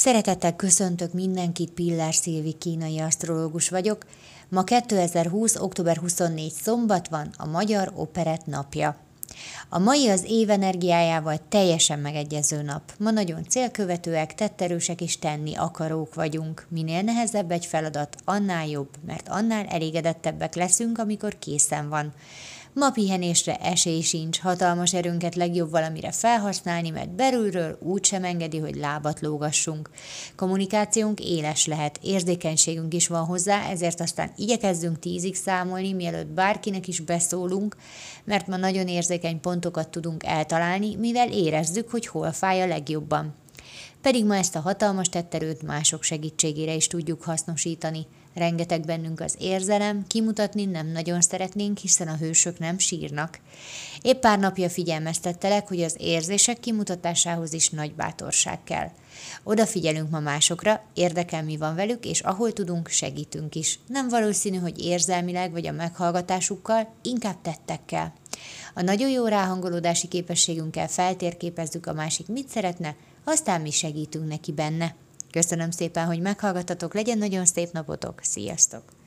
Szeretettel köszöntök mindenkit, Piller Szilvi kínai asztrológus vagyok. Ma 2020. október 24 szombat van, a Magyar Operett napja. A mai az év energiájával teljesen megegyező nap. Ma nagyon célkövetőek, tetterősek és tenni akarók vagyunk. Minél nehezebb egy feladat, annál jobb, mert annál elégedettebbek leszünk, amikor készen van. Ma pihenésre esély sincs, hatalmas erőnket legjobb valamire felhasználni, mert belülről úgysem engedi, hogy lábat lógassunk. Kommunikációnk éles lehet, érzékenységünk is van hozzá, ezért aztán igyekezzünk 10-ig számolni, mielőtt bárkinek is beszólunk, mert ma nagyon érzékeny pontokat tudunk eltalálni, mivel érezzük, hogy hol fáj a legjobban. Pedig ma ezt a hatalmas tetterőt mások segítségére is tudjuk hasznosítani. Rengeteg bennünk az érzelem, kimutatni nem nagyon szeretnénk, hiszen a hősök nem sírnak. Épp pár napja figyelmeztettelek, hogy az érzések kimutatásához is nagy bátorság kell. Odafigyelünk ma másokra, érdekel mi van velük, és ahol tudunk, segítünk is. Nem valószínű, hogy érzelmileg vagy a meghallgatásukkal, inkább tettekkel. A nagyon jó ráhangolódási képességünkkel feltérképezzük a másik mit szeretne, aztán mi segítünk neki benne. Köszönöm szépen, hogy meghallgattatok, legyen nagyon szép napotok, sziasztok!